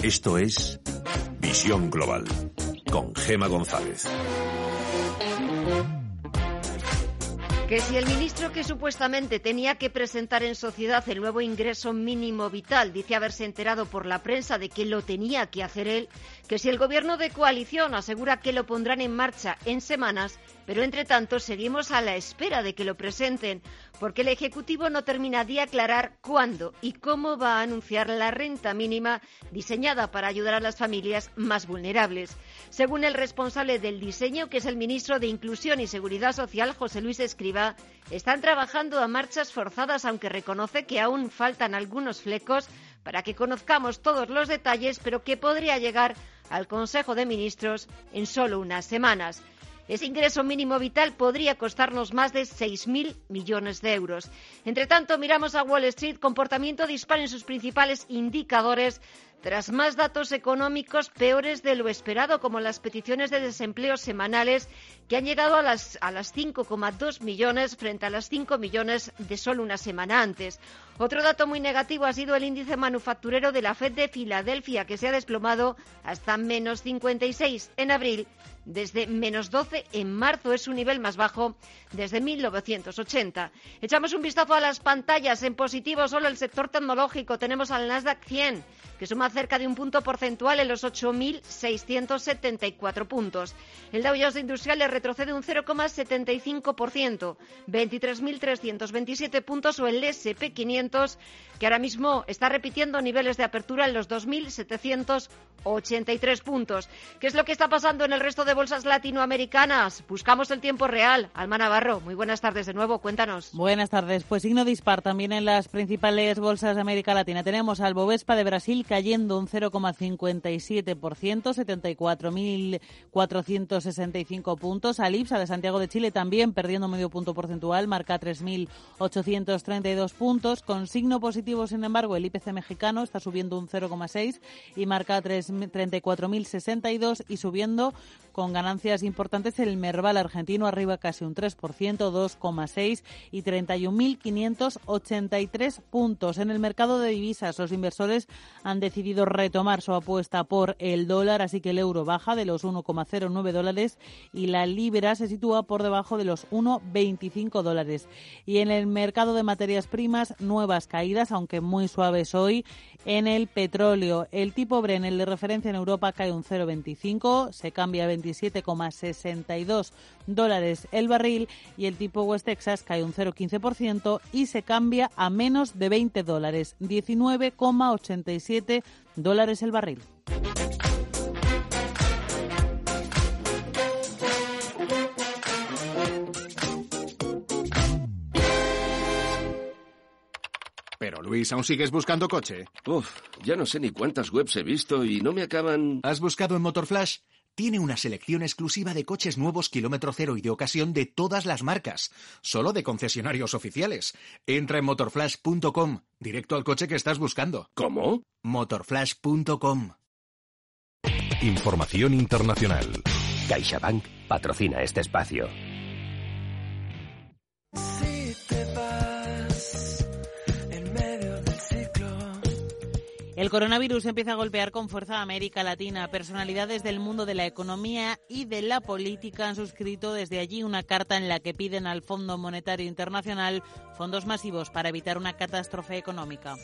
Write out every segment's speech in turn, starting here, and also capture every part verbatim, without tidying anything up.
Esto es Visión Global, con Gema González. Que si el ministro que supuestamente tenía que presentar en sociedad el nuevo ingreso mínimo vital dice haberse enterado por la prensa de que lo tenía que hacer él, que si el gobierno de coalición asegura que lo pondrán en marcha en semanas, pero entre tanto seguimos a la espera de que lo presenten, porque el Ejecutivo no termina de aclarar cuándo y cómo va a anunciar la renta mínima diseñada para ayudar a las familias más vulnerables. Según el responsable del diseño, que es el ministro de Inclusión y Seguridad Social, José Luis Escrivá, están trabajando a marchas forzadas, aunque reconoce que aún faltan algunos flecos para que conozcamos todos los detalles, pero que podría llegar al Consejo de Ministros en solo unas semanas. Ese ingreso mínimo vital podría costarnos más de seis mil millones de euros. Entre tanto, miramos a Wall Street, comportamiento dispar en sus principales indicadores, tras más datos económicos peores de lo esperado, como las peticiones de desempleo semanales, que han llegado a las, a las cinco coma dos millones frente a las cinco millones de solo una semana antes. Otro dato muy negativo ha sido el índice manufacturero de la Fed de Filadelfia, que se ha desplomado hasta menos cincuenta y seis en abril, desde menos doce en marzo. Es su nivel más bajo desde mil novecientos ochenta. Echamos un vistazo a las pantallas. En positivo, solo el sector tecnológico. Tenemos al Nasdaq cien, que suma cerca de un punto porcentual en los ocho mil seiscientos setenta y cuatro puntos. El Dow Jones Industriales retrocede un cero coma setenta y cinco por ciento, veintitrés mil trescientos veintisiete puntos, o el ese and pe quinientos, que ahora mismo está repitiendo niveles de apertura en los dos mil setecientos ochenta y tres puntos. ¿Qué es lo que está pasando en el resto de bolsas latinoamericanas? Buscamos el tiempo real. Alma Navarro, muy buenas tardes de nuevo, cuéntanos. Buenas tardes. Pues signo dispar también en las principales bolsas de América Latina. Tenemos al Bovespa de Brasil cayendo un cero coma cincuenta y siete por ciento, setenta y cuatro mil cuatrocientos sesenta y cinco puntos. Al IPSA de Santiago de Chile también perdiendo medio punto porcentual, marca tres mil ochocientos treinta y dos puntos. Con signo positivo, sin embargo, el I P C mexicano está subiendo un cero coma seis y marca treinta y cuatro mil sesenta y dos, y subiendo con ganancias importantes el Merval argentino, arriba casi un tres por ciento, dos coma seis, y treinta y un mil quinientos ochenta y tres puntos. En el mercado de divisas, los inversores han decidido retomar su apuesta por el dólar, así que el euro baja de los uno coma cero nueve dólares y la libra se sitúa por debajo de los uno coma veinticinco dólares. Y en el mercado de materias primas, nuevas caídas, aunque muy suaves hoy. En el petróleo, el tipo Brent, el de referencia en Europa, cae un cero coma veinticinco, se cambia a veintisiete coma sesenta y dos dólares el barril, y el tipo West Texas cae un cero coma quince por ciento y se cambia a menos de veinte dólares, diecinueve coma ochenta y siete dólares el barril. Pero Luis, ¿aún sigues buscando coche? Uf, ya no sé ni cuántas webs he visto y no me acaban... ¿Has buscado en Motorflash? Tiene una selección exclusiva de coches nuevos kilómetro cero y de ocasión de todas las marcas, solo de concesionarios oficiales. Entra en motorflash punto com, directo al coche que estás buscando. ¿Cómo? motorflash punto com. Información internacional. CaixaBank patrocina este espacio. El coronavirus empieza a golpear con fuerza a América Latina. Personalidades del mundo de la economía y de la política han suscrito desde allí una carta en la que piden al Fondo Monetario Internacional fondos masivos para evitar una catástrofe económica.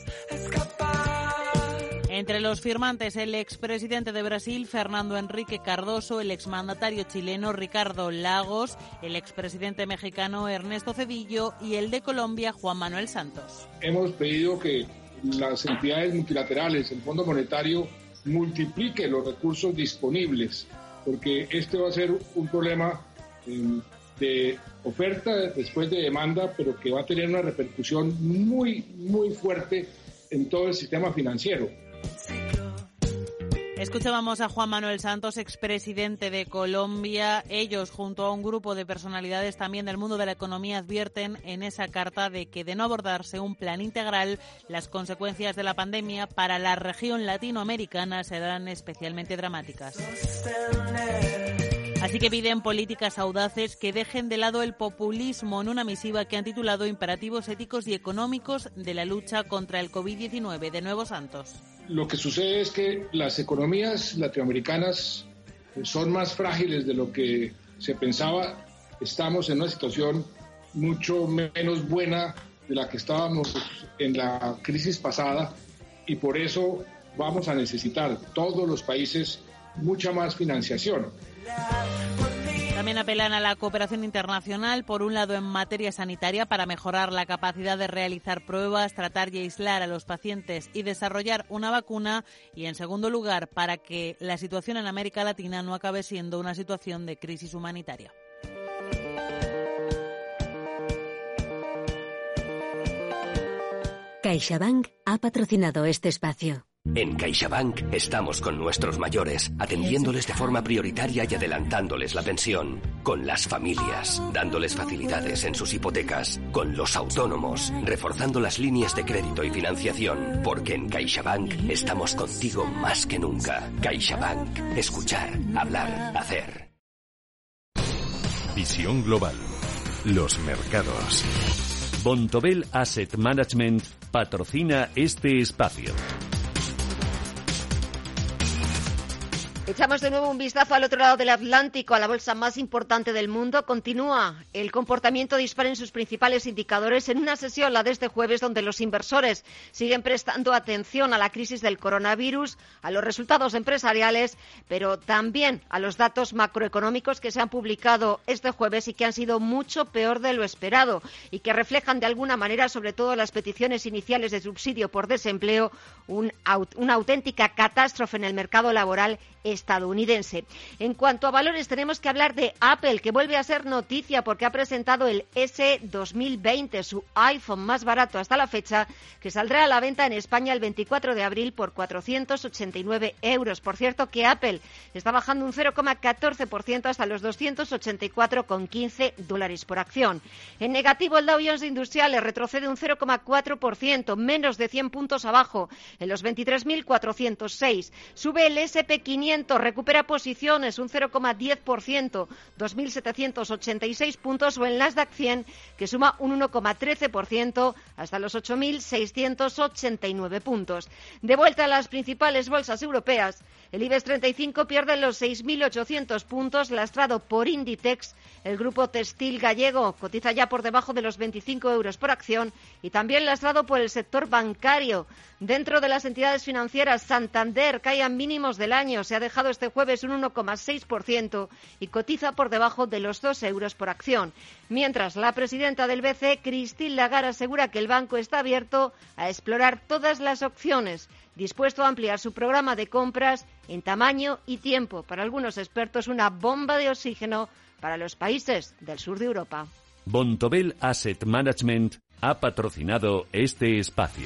Entre los firmantes, el expresidente de Brasil, Fernando Henrique Cardoso, el exmandatario chileno, Ricardo Lagos, el expresidente mexicano, Ernesto Zedillo, y el de Colombia, Juan Manuel Santos. Hemos pedido que las entidades multilaterales, el Fondo Monetario, multiplique los recursos disponibles, porque este va a ser un problema eh, de oferta después de demanda, pero que va a tener una repercusión muy, muy fuerte en todo el sistema financiero. Escuchábamos a Juan Manuel Santos, expresidente de Colombia. Ellos, junto a un grupo de personalidades también del mundo de la economía, advierten en esa carta de que, de no abordarse un plan integral, las consecuencias de la pandemia para la región latinoamericana serán especialmente dramáticas. Así que piden políticas audaces que dejen de lado el populismo en una misiva que han titulado Imperativos éticos y económicos de la lucha contra el covid diecinueve. De nuevo, Santos. lo que sucede es que las economías latinoamericanas son más frágiles de lo que se pensaba. Estamos en una situación mucho menos buena de la que estábamos en la crisis pasada y por eso vamos a necesitar todos los países mucha más financiación. También apelan a la cooperación internacional, por un lado en materia sanitaria para mejorar la capacidad de realizar pruebas, tratar y aislar a los pacientes y desarrollar una vacuna, y en segundo lugar para que la situación en América Latina no acabe siendo una situación de crisis humanitaria. CaixaBank ha patrocinado este espacio. En CaixaBank estamos con nuestros mayores, atendiéndoles de forma prioritaria y adelantándoles la pensión. Con las familias, dándoles facilidades en sus hipotecas. Con los autónomos, reforzando las líneas de crédito y financiación. Porque en CaixaBank estamos contigo más que nunca. CaixaBank. Escuchar, hablar, hacer. Visión global. Los mercados. Bontobel Asset Management patrocina este espacio. Echamos de nuevo un vistazo al otro lado del Atlántico, a la bolsa más importante del mundo. Continúa el comportamiento dispar en sus principales indicadores en una sesión, la de este jueves, donde los inversores siguen prestando atención a la crisis del coronavirus, a los resultados empresariales, pero también a los datos macroeconómicos que se han publicado este jueves y que han sido mucho peor de lo esperado y que reflejan de alguna manera, sobre todo las peticiones iniciales de subsidio por desempleo, un, una auténtica catástrofe en el mercado laboral estadounidense. En cuanto a valores, tenemos que hablar de Apple, que vuelve a ser noticia porque ha presentado el S dos mil veinte, su iPhone más barato hasta la fecha, que saldrá a la venta en España el veinticuatro de abril por cuatrocientos ochenta y nueve euros. Por cierto, que Apple está bajando un cero coma catorce por ciento hasta los doscientos ochenta y cuatro coma quince dólares por acción. En negativo, el Dow Jones Industriales retrocede un cero coma cuatro por ciento, menos de cien puntos abajo, en los veintitrés mil cuatrocientos seis. Sube el ese and pe quinientos, recupera posiciones un cero coma diez por ciento, dos mil setecientos ochenta y seis puntos, o el Nasdaq cien, que suma un uno coma trece por ciento hasta los ocho mil seiscientos ochenta y nueve puntos. De vuelta a las principales bolsas europeas, el IBEX treinta y cinco pierde los seis mil ochocientos puntos, lastrado por Inditex. El grupo textil gallego cotiza ya por debajo de los veinticinco euros por acción y también lastrado por el sector bancario. Dentro de las entidades financieras, Santander cae a mínimos del año, se ha dejado este jueves un uno coma seis por ciento y cotiza por debajo de los dos euros por acción. Mientras, la presidenta del B C E, Christine Lagarde, asegura que el banco está abierto a explorar todas las opciones, dispuesto a ampliar su programa de compras en tamaño y tiempo. Para algunos expertos, una bomba de oxígeno para los países del sur de Europa. Bontobel Asset Management ha patrocinado este espacio.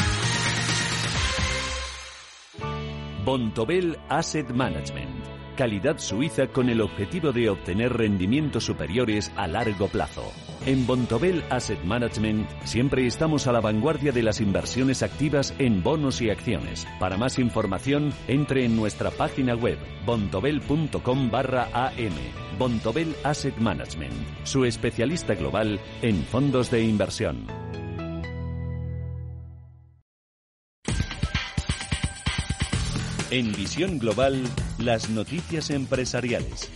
Bontobel Asset Management. Calidad suiza con el objetivo de obtener rendimientos superiores a largo plazo. En Bontobel Asset Management siempre estamos a la vanguardia de las inversiones activas en bonos y acciones. Para más información, entre en nuestra página web bontobel punto com barra a m. Bontobel Asset Management, su especialista global en fondos de inversión. En Visión Global, las noticias empresariales.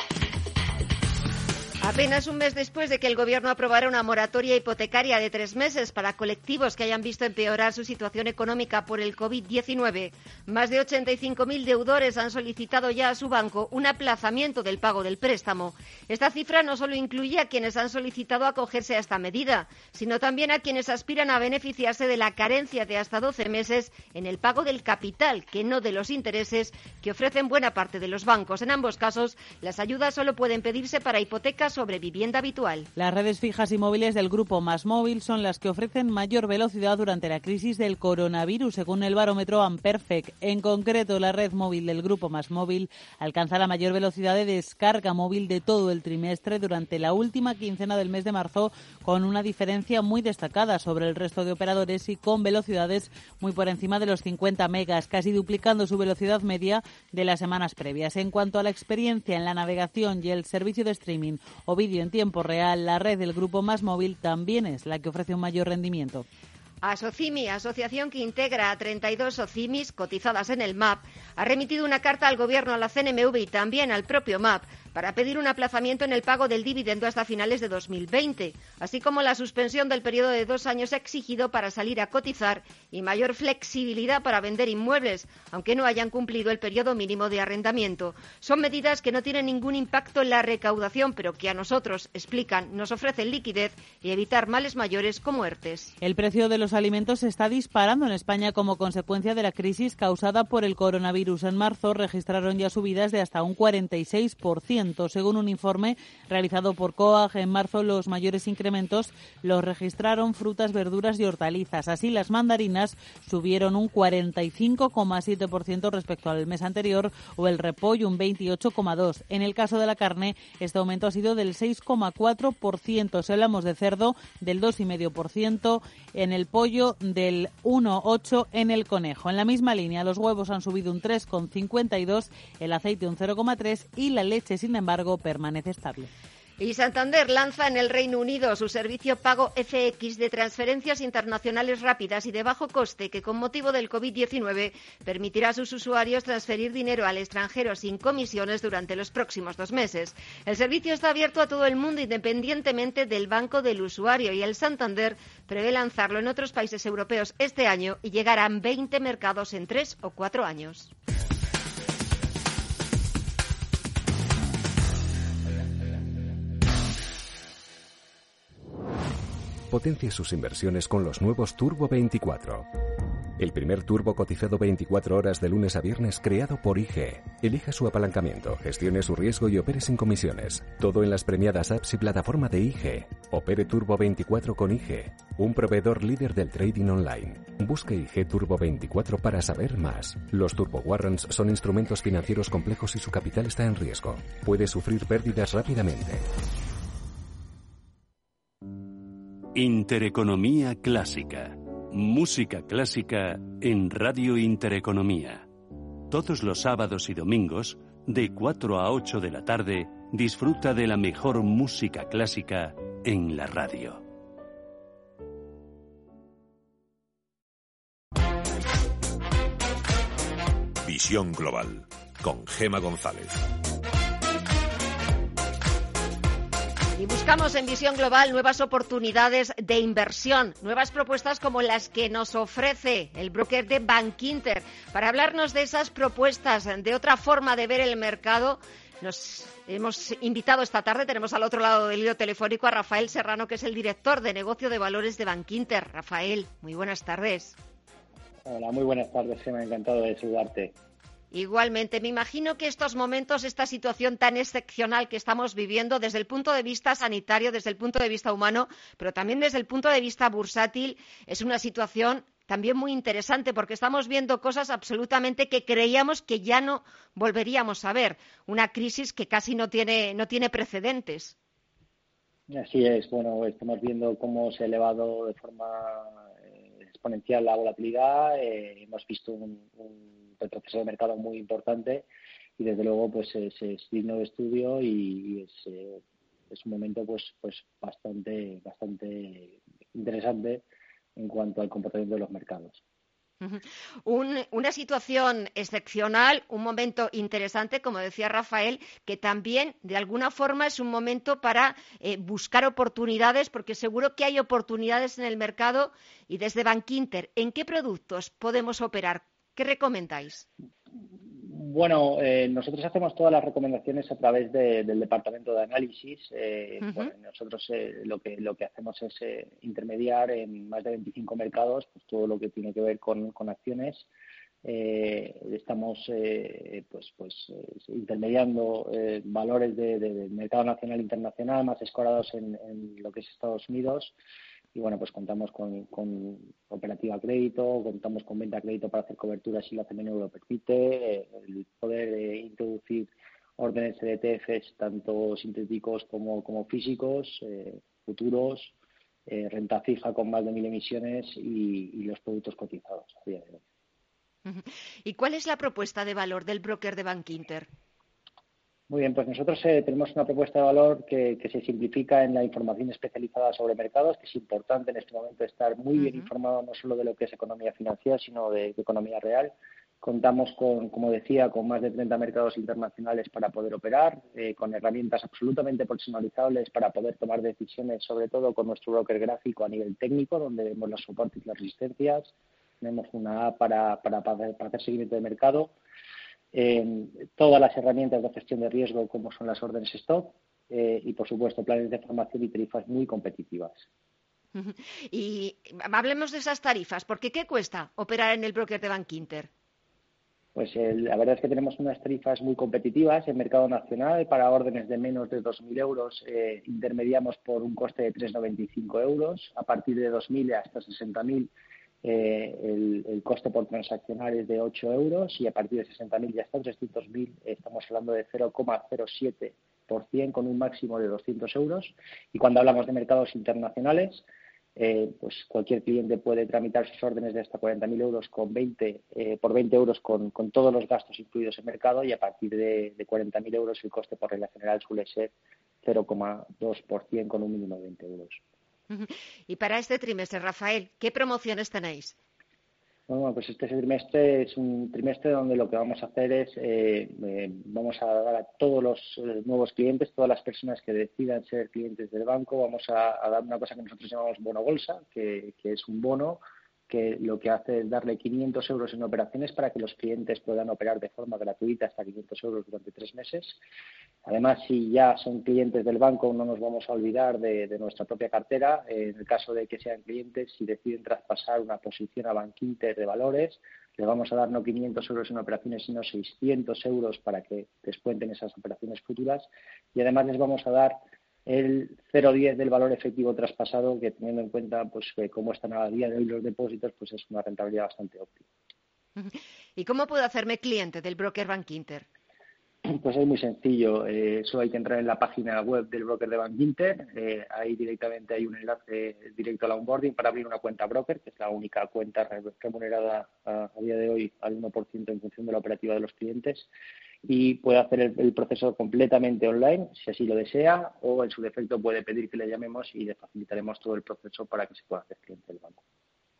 Apenas un mes después de que el Gobierno aprobara una moratoria hipotecaria de tres meses para colectivos que hayan visto empeorar su situación económica por el covid diecinueve, más de ochenta y cinco mil deudores han solicitado ya a su banco un aplazamiento del pago del préstamo. Esta cifra no solo incluye a quienes han solicitado acogerse a esta medida, sino también a quienes aspiran a beneficiarse de la carencia de hasta doce meses en el pago del capital, que no de los intereses que ofrecen buena parte de los bancos. En ambos casos, las ayudas solo pueden pedirse para hipotecas sobre vivienda habitual. Las redes fijas y móviles del grupo MásMóvil son las que ofrecen mayor velocidad durante la crisis del coronavirus, según el barómetro Amperfect. En concreto, la red móvil del grupo MásMóvil alcanza la mayor velocidad de descarga móvil de todo el trimestre durante la última quincena del mes de marzo, con una diferencia muy destacada sobre el resto de operadores y con velocidades muy por encima de los cincuenta megas, casi duplicando su velocidad media de las semanas previas. En cuanto a la experiencia en la navegación y el servicio de streaming o vídeo en tiempo real, la red del grupo MásMóvil también es la que ofrece un mayor rendimiento. Asocimi, asociación que integra a treinta y dos socimis cotizadas en el M A P, ha remitido una carta al Gobierno, a la C N M V y también al propio M A P para pedir un aplazamiento en el pago del dividendo hasta finales de dos mil veinte, así como la suspensión del periodo de dos años exigido para salir a cotizar y mayor flexibilidad para vender inmuebles, aunque no hayan cumplido el periodo mínimo de arrendamiento. Son medidas que no tienen ningún impacto en la recaudación, pero que a nosotros, explican, nos ofrecen liquidez y evitar males mayores como ERTES. El precio de los alimentos se está disparando en España como consecuencia de la crisis causada por el coronavirus. En marzo registraron ya subidas de hasta un cuarenta y seis por ciento. Según un informe realizado por COAG, en marzo los mayores incrementos los registraron frutas, verduras y hortalizas. Así, las mandarinas subieron un cuarenta y cinco coma siete por ciento respecto al mes anterior, o el repollo un veintiocho coma dos por ciento. En el caso de la carne, este aumento ha sido del seis coma cuatro por ciento. Si hablamos de cerdo, del dos coma cinco por ciento, en el pollo del uno coma ocho por ciento, en el conejo. En la misma línea, los huevos han subido un tres coma cincuenta y dos por ciento, el aceite un cero coma tres por ciento y la leche, sin embargo, permanece estable. Y Santander lanza en el Reino Unido su servicio Pago F X de transferencias internacionales rápidas y de bajo coste, que con motivo del COVID diecinueve permitirá a sus usuarios transferir dinero al extranjero sin comisiones durante los próximos dos meses. El servicio está abierto a todo el mundo independientemente del banco del usuario, y el Santander prevé lanzarlo en otros países europeos este año y llegar a veinte mercados en tres o cuatro años. Potencie sus inversiones con los nuevos Turbo veinticuatro. El primer turbo cotizado veinticuatro horas de lunes a viernes creado por I G. Elija su apalancamiento, gestione su riesgo y opere sin comisiones. Todo en las premiadas apps y plataforma de I G. Opere Turbo veinticuatro con I G, un proveedor líder del trading online. Busque I G Turbo veinticuatro para saber más. Los Turbo Warrants son instrumentos financieros complejos y su capital está en riesgo. Puede sufrir pérdidas rápidamente. Intereconomía Clásica. Música clásica en Radio Intereconomía. Todos los sábados y domingos, de cuatro a ocho de la tarde, disfruta de la mejor música clásica en la radio. Visión Global, con Gema González. Y buscamos en Visión Global nuevas oportunidades de inversión, nuevas propuestas como las que nos ofrece el broker de Bankinter. Para hablarnos de esas propuestas, de otra forma de ver el mercado, nos hemos invitado esta tarde, tenemos al otro lado del hilo telefónico a Rafael Serrano, que es el director de negocio de valores de Bankinter. Rafael, muy buenas tardes. Hola, muy buenas tardes, Gema, encantado de saludarte. Igualmente, me imagino que estos momentos, esta situación tan excepcional que estamos viviendo desde el punto de vista sanitario, desde el punto de vista humano, pero también desde el punto de vista bursátil, es una situación también muy interesante, porque estamos viendo cosas absolutamente que creíamos que ya no volveríamos a ver. Una crisis que casi no tiene, no tiene precedentes. Así es. Bueno, estamos viendo cómo se ha elevado de forma exponencial la volatilidad. Eh, hemos visto un, un retroceso de mercado muy importante y desde luego pues es, es digno de estudio y, y es, eh, es un momento pues pues bastante bastante interesante en cuanto al comportamiento de los mercados. Un, una situación excepcional, un momento interesante, como decía Rafael, que también de alguna forma es un momento para eh, buscar oportunidades, porque seguro que hay oportunidades en el mercado. Y desde Bankinter, ¿en qué productos podemos operar? ¿Qué recomendáis? Bueno, eh, nosotros hacemos todas las recomendaciones a través de, del departamento de análisis. Eh, uh-huh. Bueno, nosotros eh, lo que lo que hacemos es eh, intermediar en más de veinticinco mercados pues todo lo que tiene que ver con, con acciones. Eh, estamos eh, pues pues eh, intermediando eh, valores de, de, del mercado nacional e internacional más escorados en, en lo que es Estados Unidos. Y bueno, pues contamos con, con operativa a crédito, contamos con venta a crédito para hacer coberturas si la C M N lo permite, eh, el poder de introducir órdenes de E T Fs tanto sintéticos como, como físicos, eh, futuros, eh, renta fija con más de mil emisiones y, y los productos cotizados a día de hoy. ¿Y cuál es la propuesta de valor del broker de Bankinter? Muy bien, pues nosotros eh, tenemos una propuesta de valor que, que se simplifica en la información especializada sobre mercados, que es importante en este momento estar muy bien informado no solo de lo que es economía financiera, sino de, de economía real. Contamos con, como decía, con más de treinta mercados internacionales para poder operar, eh, con herramientas absolutamente personalizables para poder tomar decisiones, sobre todo con nuestro broker gráfico a nivel técnico, donde vemos los soportes y las resistencias. Tenemos una app para, para, para hacer seguimiento de mercado. Eh, todas las herramientas de gestión de riesgo, como son las órdenes stop, eh, y, por supuesto, planes de formación y tarifas muy competitivas. Y hablemos de esas tarifas, porque ¿qué cuesta operar en el broker de Bankinter? Pues el, la verdad es que tenemos unas tarifas muy competitivas en mercado nacional. Para órdenes de menos de dos mil euros eh, intermediamos por un coste de tres coma noventa y cinco euros. A partir de dos mil hasta sesenta mil eh, el, el coste por transaccional es de ocho euros y a partir de sesenta mil y hasta trescientos mil eh, estamos hablando de cero coma cero siete por ciento con un máximo de doscientos euros. Y cuando hablamos de mercados internacionales, Eh, pues cualquier cliente puede tramitar sus órdenes de hasta cuarenta mil euros con veinte, eh, por veinte euros con, con todos los gastos incluidos en mercado, y a partir de, de cuarenta mil euros el coste por regla general suele ser cero coma dos por ciento con un mínimo de veinte euros. Y para este trimestre, Rafael, ¿qué promociones tenéis? Bueno, pues este trimestre es un trimestre donde lo que vamos a hacer es, eh, eh, vamos a dar a todos los eh, nuevos clientes, todas las personas que decidan ser clientes del banco, vamos a, a dar una cosa que nosotros llamamos bono bolsa, que, que es un bono que lo que hace es darle quinientos euros en operaciones para que los clientes puedan operar de forma gratuita hasta quinientos euros durante tres meses. Además, si ya son clientes del banco, no nos vamos a olvidar de, de nuestra propia cartera. En el caso de que sean clientes, si deciden traspasar una posición a Bankinter de valores, les vamos a dar no quinientos euros en operaciones, sino seiscientos euros para que descuenten esas operaciones futuras. Y además les vamos a dar el cero coma diez del valor efectivo traspasado, que teniendo en cuenta pues que cómo están a día de hoy los depósitos, pues es una rentabilidad bastante óptima. ¿Y cómo puedo hacerme cliente del broker Bankinter? Pues es muy sencillo, eh, solo hay que entrar en la página web del broker de Bankinter, eh, ahí directamente hay un enlace directo al onboarding para abrir una cuenta broker, que es la única cuenta remunerada a, a día de hoy al uno por ciento en función de la operativa de los clientes, y puede hacer el, el proceso completamente online, si así lo desea, o en su defecto puede pedir que le llamemos y le facilitaremos todo el proceso para que se pueda hacer cliente del banco.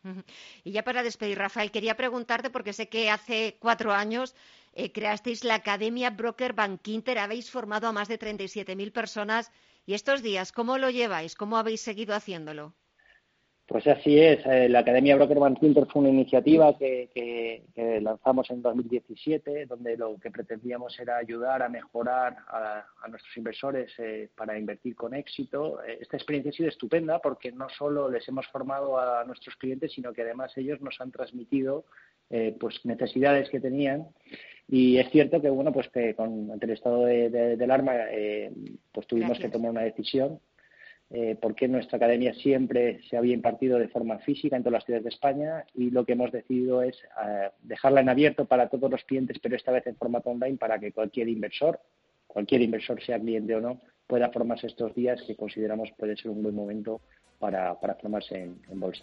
Y ya para despedir, Rafael, quería preguntarte, porque sé que hace cuatro años eh, creasteis la Academia Broker Bankinter, habéis formado a más de treinta y siete mil personas, y estos días, ¿cómo lo lleváis? ¿Cómo habéis seguido haciéndolo? Pues así es, eh, la Academia Broker Bankinter fue una iniciativa que, que, que lanzamos en dos mil diecisiete, donde lo que pretendíamos era ayudar a mejorar a, a nuestros inversores eh, para invertir con éxito. Esta experiencia ha sido estupenda porque no solo les hemos formado a nuestros clientes, sino que además ellos nos han transmitido eh, pues necesidades que tenían. Y es cierto que bueno, pues que con ante el estado de, de, de alarma eh, pues tuvimos Gracias. que tomar una decisión. Eh, porque nuestra academia siempre se había impartido de forma física en todas las ciudades de España, y lo que hemos decidido es uh, dejarla en abierto para todos los clientes, pero esta vez en formato online, para que cualquier inversor, cualquier inversor, sea cliente o no, pueda formarse estos días, que consideramos puede ser un buen momento para, para formarse en, en bolsa.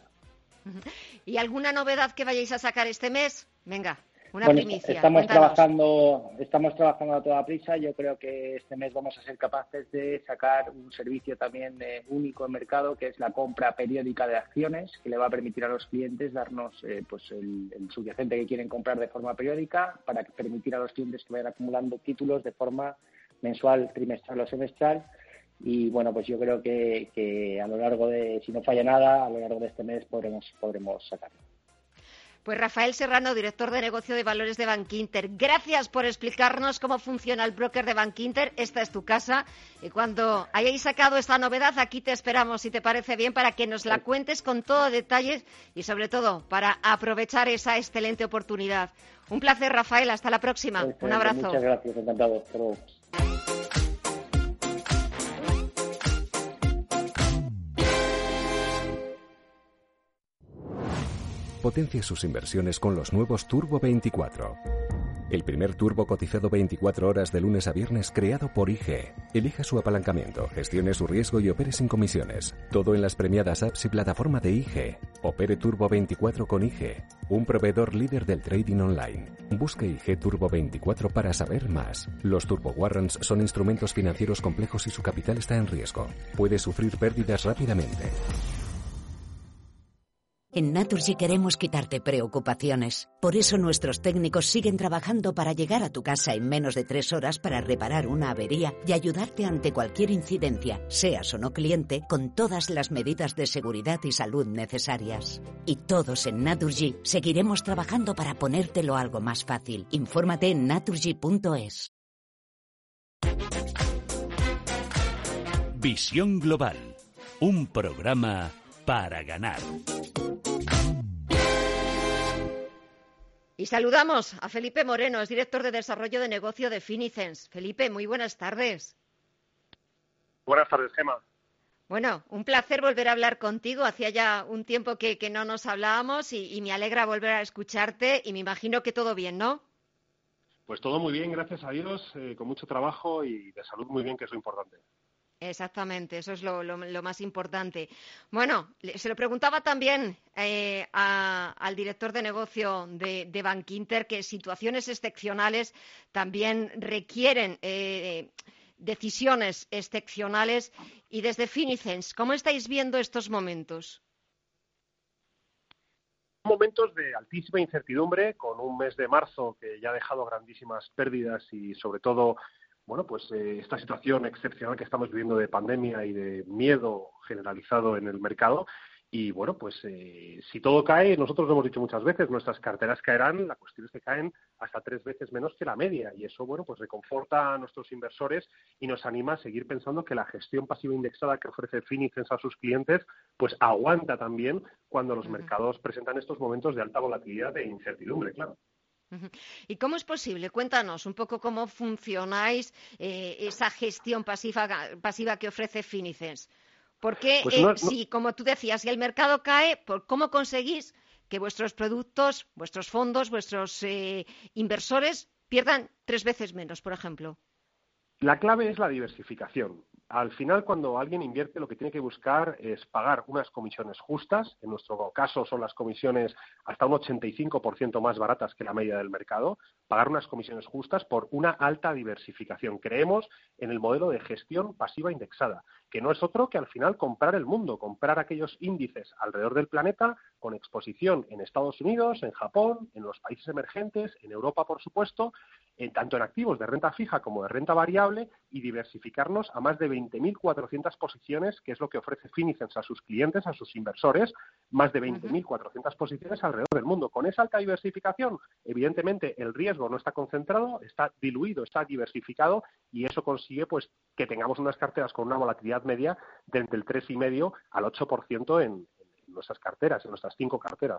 ¿Y alguna novedad que vayáis a sacar este mes? Venga. Una bueno, primicia. Estamos Cuéntanos. trabajando, estamos trabajando a toda prisa. Yo creo que este mes vamos a ser capaces de sacar un servicio también eh, único en mercado, que es la compra periódica de acciones, que le va a permitir a los clientes darnos eh, pues el, el subyacente que quieren comprar de forma periódica, para permitir a los clientes que vayan acumulando títulos de forma mensual, trimestral o semestral. Y bueno, pues yo creo que, que a lo largo de, si no falla nada, a lo largo de este mes podremos, podremos sacarlo. Pues Rafael Serrano, director de negocio de valores de Bankinter, gracias por explicarnos cómo funciona el broker de Bankinter. Esta es tu casa, y cuando hayáis sacado esta novedad, aquí te esperamos, si te parece bien, para que nos la cuentes con todo detalles y sobre todo para aprovechar esa excelente oportunidad. Un placer, Rafael, hasta la próxima. Excelente. Un abrazo. Muchas gracias, encantado. Hasta luego. Potencie sus inversiones con los nuevos Turbo veinticuatro. El primer turbo cotizado veinticuatro horas de lunes a viernes creado por I G. Elija su apalancamiento, gestione su riesgo y opere sin comisiones. Todo en las premiadas apps y plataforma de I G. Opere Turbo veinticuatro con I G, un proveedor líder del trading online. Busque I G Turbo veinticuatro para saber más. Los Turbo Warrants son instrumentos financieros complejos y su capital está en riesgo. Puede sufrir pérdidas rápidamente. En Naturgy queremos quitarte preocupaciones. Por eso nuestros técnicos siguen trabajando para llegar a tu casa en menos de tres horas para reparar una avería y ayudarte ante cualquier incidencia, seas o no cliente, con todas las medidas de seguridad y salud necesarias. Y todos en Naturgy seguiremos trabajando para ponértelo algo más fácil. Infórmate en naturgy punto es. Visión Global, un programa para ganar. Y saludamos a Felipe Moreno, es director de Desarrollo de Negocio de Finicens. Felipe, muy buenas tardes. Buenas tardes, Gema. Bueno, un placer volver a hablar contigo. Hacía ya un tiempo que, que no nos hablábamos y, y me alegra volver a escucharte y me imagino que todo bien, ¿no? Pues todo muy bien, gracias a Dios, eh, con mucho trabajo y de salud muy bien, que es lo importante. Exactamente, eso es lo, lo, lo más importante. Bueno, se lo preguntaba también eh, a, al director de negocio de, de Bankinter que situaciones excepcionales también requieren eh, decisiones excepcionales. Y desde Finicens, ¿cómo estáis viendo estos momentos? Momentos de altísima incertidumbre, con un mes de marzo que ya ha dejado grandísimas pérdidas y sobre todo... Bueno, pues eh, esta situación excepcional que estamos viviendo de pandemia y de miedo generalizado en el mercado. Y bueno, pues eh, si todo cae, nosotros lo hemos dicho muchas veces, nuestras carteras caerán, la cuestión es que caen hasta tres veces menos que la media. Y eso, bueno, pues reconforta a nuestros inversores y nos anima a seguir pensando que la gestión pasiva indexada que ofrece Finicens a sus clientes, pues aguanta también cuando los uh-huh. mercados presentan estos momentos de alta volatilidad e incertidumbre, claro. ¿Y cómo es posible? Cuéntanos un poco cómo funcionáis eh, esa gestión pasiva, pasiva que ofrece Finicens. Porque, pues no, eh, no... si, como tú decías, si el mercado cae, ¿cómo conseguís que vuestros productos, vuestros fondos, vuestros eh, inversores pierdan tres veces menos, por ejemplo? La clave es la diversificación. Al final, cuando alguien invierte, lo que tiene que buscar es pagar unas comisiones justas. En nuestro caso, son las comisiones hasta un ochenta y cinco por ciento más baratas que la media del mercado. Pagar unas comisiones justas por una alta diversificación. Creemos en el modelo de gestión pasiva indexada, que no es otro que al final comprar el mundo, comprar aquellos índices alrededor del planeta con exposición en Estados Unidos, en Japón, en los países emergentes, en Europa, por supuesto, en, tanto en activos de renta fija como de renta variable, y diversificarnos a más de veinte mil cuatrocientas posiciones, que es lo que ofrece Finicens a sus clientes, a sus inversores, más de veinte mil cuatrocientas posiciones alrededor del mundo. Con esa alta diversificación, evidentemente, el riesgo no está concentrado, está diluido, está diversificado, y eso consigue pues que tengamos unas carteras con una volatilidad media de entre el tres coma cinco al ocho por ciento en, en nuestras carteras, en nuestras cinco carteras.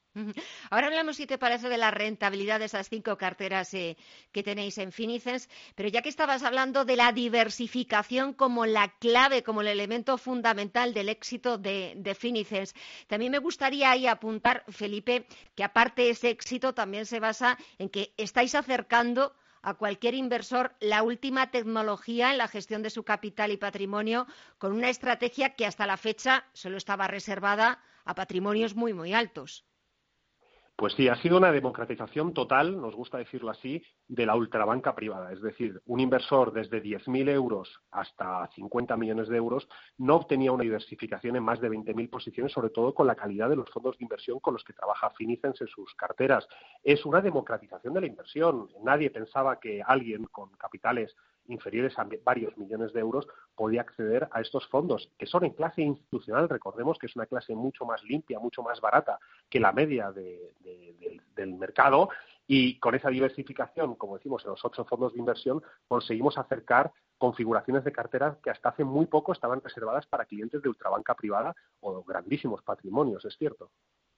Ahora hablamos, si te parece, de la rentabilidad de esas cinco carteras eh, que tenéis en Finicens, pero ya que estabas hablando de la diversificación como la clave, como el elemento fundamental del éxito de, de Finicens, también me gustaría ahí apuntar, Felipe, que aparte ese éxito también se basa en que estáis acercando a cualquier inversor la última tecnología en la gestión de su capital y patrimonio, con una estrategia que hasta la fecha solo estaba reservada a patrimonios muy, muy altos. Pues sí, ha sido una democratización total, nos gusta decirlo así, de la ultrabanca privada. Es decir, un inversor desde diez mil euros hasta cincuenta millones de euros no obtenía una diversificación en más de veinte mil posiciones, sobre todo con la calidad de los fondos de inversión con los que trabaja Finicens en sus carteras. Es una democratización de la inversión. Nadie pensaba que alguien con capitales inferiores a varios millones de euros podía acceder a estos fondos, que son en clase institucional. Recordemos que es una clase mucho más limpia, mucho más barata que la media de, de, de, del mercado, y con esa diversificación, como decimos, en los ocho fondos de inversión, conseguimos acercar configuraciones de carteras que hasta hace muy poco estaban reservadas para clientes de ultrabanca privada o grandísimos patrimonios, es cierto.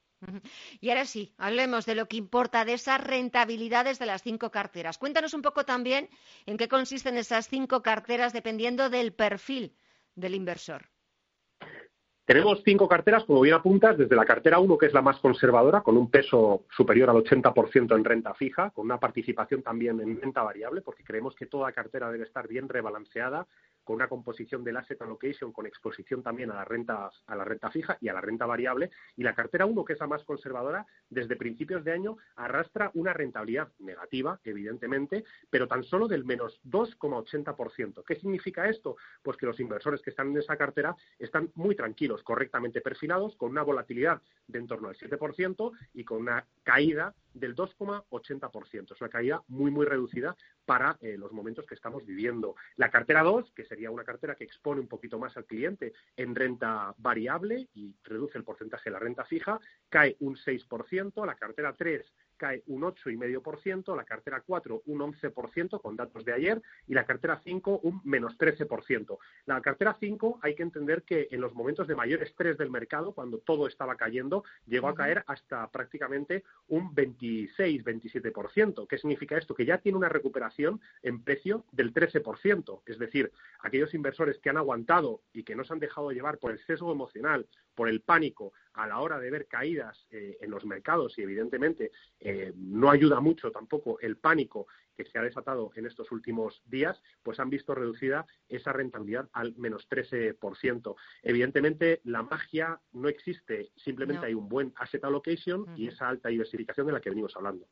Y ahora sí, hablemos de lo que importa, de esas rentabilidades de las cinco carteras. Cuéntanos un poco también en qué consisten esas cinco carteras dependiendo del perfil del inversor. Tenemos cinco carteras, como bien apuntas, desde la cartera uno, que es la más conservadora, con un peso superior al ochenta por ciento en renta fija, con una participación también en renta variable, porque creemos que toda cartera debe estar bien rebalanceada, con una composición del asset allocation, con exposición también a la renta, a la renta fija y a la renta variable. Y la cartera uno, que es la más conservadora, desde principios de año arrastra una rentabilidad negativa, evidentemente, pero tan solo del menos dos coma ochenta por ciento. ¿Qué significa esto? Pues que los inversores que están en esa cartera están muy tranquilos, correctamente perfilados, con una volatilidad de en torno al siete por ciento y con una caída del dos coma ochenta por ciento. Es una caída muy, muy reducida para eh, los momentos que estamos viviendo. La cartera dos, que sería una cartera que expone un poquito más al cliente en renta variable y reduce el porcentaje de la renta fija, cae un seis por ciento. La cartera tres cae un ocho coma cinco por ciento, la cartera cuatro un once por ciento con datos de ayer y la cartera cinco un menos trece por ciento. La cartera cinco hay que entender que en los momentos de mayor estrés del mercado, cuando todo estaba cayendo, llegó a caer hasta prácticamente un veintiséis a veintisiete por ciento. ¿Qué significa esto? Que ya tiene una recuperación en precio del trece por ciento. Es decir, aquellos inversores que han aguantado y que no se han dejado llevar por el sesgo emocional, por el pánico a la hora de ver caídas eh, en los mercados y evidentemente eh, no ayuda mucho tampoco el pánico que se ha desatado en estos últimos días, pues han visto reducida esa rentabilidad al menos trece por ciento. Evidentemente la magia no existe, simplemente no. Hay un buen asset allocation uh-huh. y esa alta diversificación de la que venimos hablando.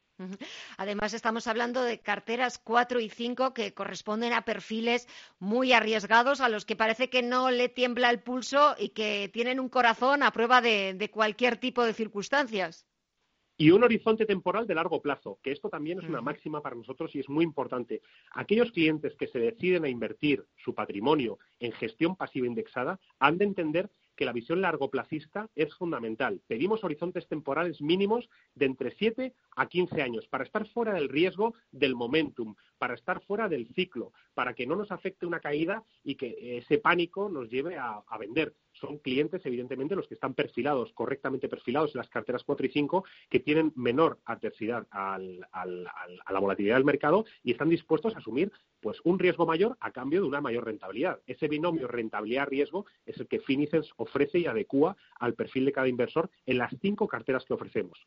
Además, estamos hablando de carteras cuatro y cinco que corresponden a perfiles muy arriesgados, a los que parece que no le tiembla el pulso y que tienen un corazón a prueba de, de cualquier tipo de circunstancias. Y un horizonte temporal de largo plazo, que esto también es una máxima para nosotros y es muy importante. Aquellos clientes que se deciden a invertir su patrimonio en gestión pasiva indexada han de entender que la visión largoplacista es fundamental. Pedimos horizontes temporales mínimos de entre siete a quince años para estar fuera del riesgo del momentum, para estar fuera del ciclo, para que no nos afecte una caída y que ese pánico nos lleve a, a vender. Son clientes, evidentemente, los que están perfilados, correctamente perfilados en las carteras cuatro y cinco, que tienen menor adversidad al, al, al, a la volatilidad del mercado y están dispuestos a asumir pues un riesgo mayor a cambio de una mayor rentabilidad. Ese binomio rentabilidad-riesgo es el que Finicens ofrece y adecúa al perfil de cada inversor en las cinco carteras que ofrecemos.